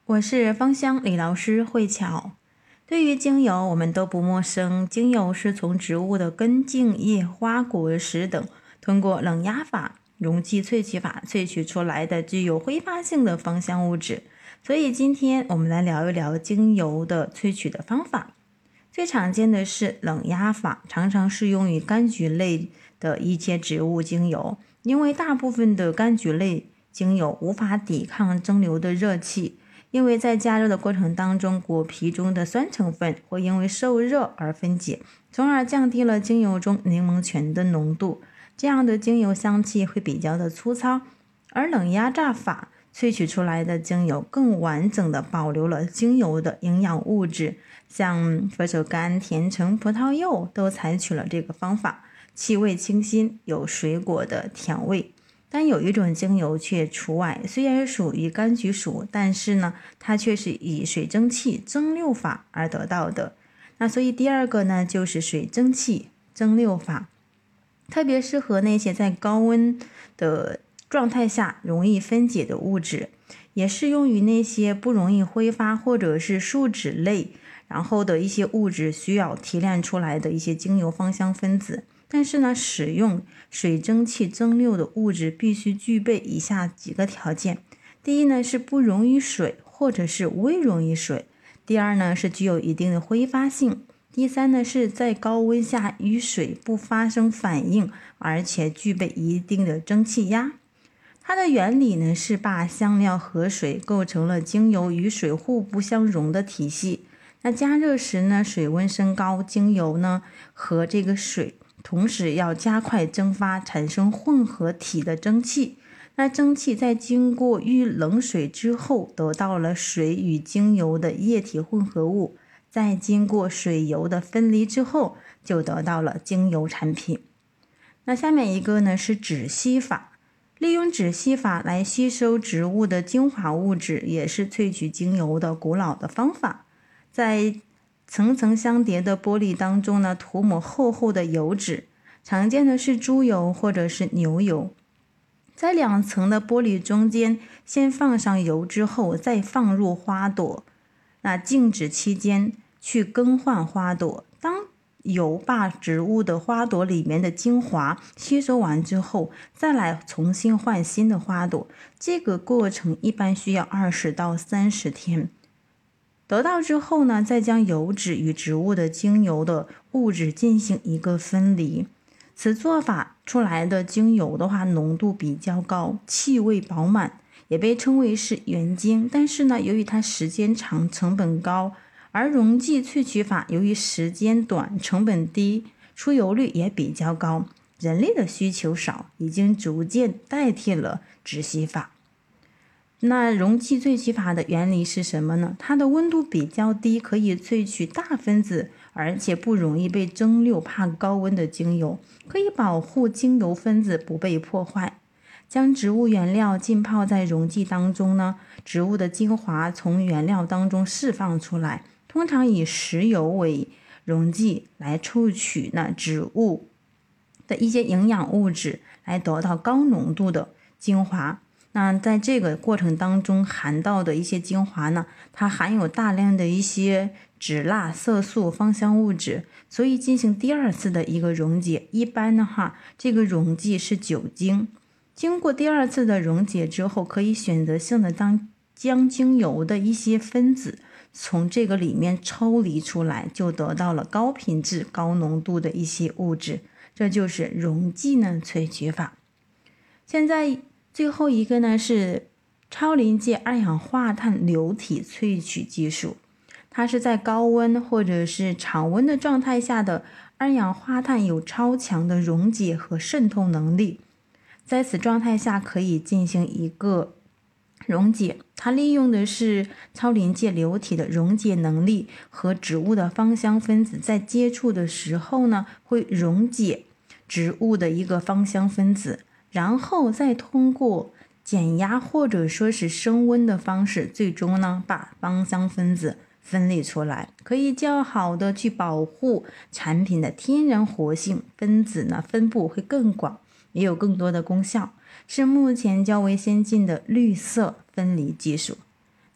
我是芳香李老师慧巧。对于精油我们都不陌生，精油是从植物的根茎叶花果实等通过冷压法、溶剂萃取法萃取出来的具有挥发性的芳香物质。所以今天我们来聊一聊精油的萃取的方法。最常见的是冷压法，常常适用于柑橘类的一些植物精油，因为大部分的柑橘类精油无法抵抗蒸馏的热气，因为在加热的过程当中，果皮中的酸成分会因为受热而分解，从而降低了精油中柠檬醛的浓度，这样的精油香气会比较的粗糙。而冷压榨法萃取出来的精油更完整的保留了精油的营养物质，像佛手柑、甜橙、葡萄柚都采取了这个方法，气味清新，有水果的甜味。但有一种精油却除外，虽然属于柑橘属，但是呢，它却是以水蒸气蒸馏法而得到的。那所以第二个呢，就是水蒸气蒸馏法，特别适合那些在高温的状态下容易分解的物质，也适用于那些不容易挥发或者是树脂类然后的一些物质需要提炼出来的一些精油芳香分子。但是呢，使用水蒸气蒸馏的物质必须具备以下几个条件。第一呢，是不溶于水或者是微溶于水。第二呢，是具有一定的挥发性。第三呢，是在高温下与水不发生反应，而且具备一定的蒸汽压。它的原理呢，是把香料和水构成了精油与水互不相溶的体系。那加热时呢，水温升高，精油呢和这个水同时要加快蒸发，产生混合体的蒸汽。那蒸汽在经过遇冷水之后，得到了水与精油的液体混合物，再经过水油的分离之后，就得到了精油产品。那下面一个呢，是止吸法。利用止吸法来吸收植物的精华物质，也是萃取精油的古老的方法。在层层相叠的玻璃当中呢，涂抹厚厚的油脂，常见的是猪油或者是牛油。在两层的玻璃中间先放上油之后，再放入花朵。那静止期间去更换花朵，当油把植物的花朵里面的精华吸收完之后，再来重新换新的花朵。这个过程一般需要20到30天。得到之后呢，再将油脂与植物的精油的物质进行一个分离。此做法出来的精油的话，浓度比较高，气味饱满，也被称为是原精。但是呢，由于它时间长，成本高，而溶剂萃取法由于时间短，成本低，出油率也比较高，人力的需求少，已经逐渐代替了止吸法。那溶剂萃取法的原理是什么呢？它的温度比较低，可以萃取大分子，而且不容易被蒸馏，怕高温的精油，可以保护精油分子不被破坏。将植物原料浸泡在溶剂当中呢，植物的精华从原料当中释放出来，通常以石油为溶剂来抽取植物的一些营养物质，来得到高浓度的精华。那在这个过程当中含到的一些精华呢，它含有大量的一些脂蜡、色素、芳香物质，所以进行第二次的一个溶解。一般的话，这个溶剂是酒精。经过第二次的溶解之后，可以选择性的将精油的一些分子从这个里面抽离出来，就得到了高品质、高浓度的一些物质。这就是溶剂萃取法。现在最后一个呢，是超临界二氧化碳流体萃取技术。它是在高温或者是常温的状态下的二氧化碳有超强的溶解和渗透能力，在此状态下可以进行一个溶解。它利用的是超临界流体的溶解能力，和植物的芳香分子在接触的时候呢，会溶解植物的一个芳香分子，然后再通过减压或者说是升温的方式，最终呢把芳香分子分离出来，可以较好的去保护产品的天然活性，分子分布会更广，也有更多的功效，是目前较为先进的绿色分离技术。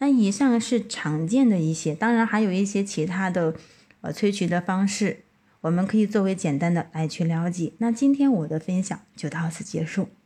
那以上是常见的一些，当然还有一些其他的萃取的方式，我们可以作为简单的来去了解。那今天我的分享就到此结束。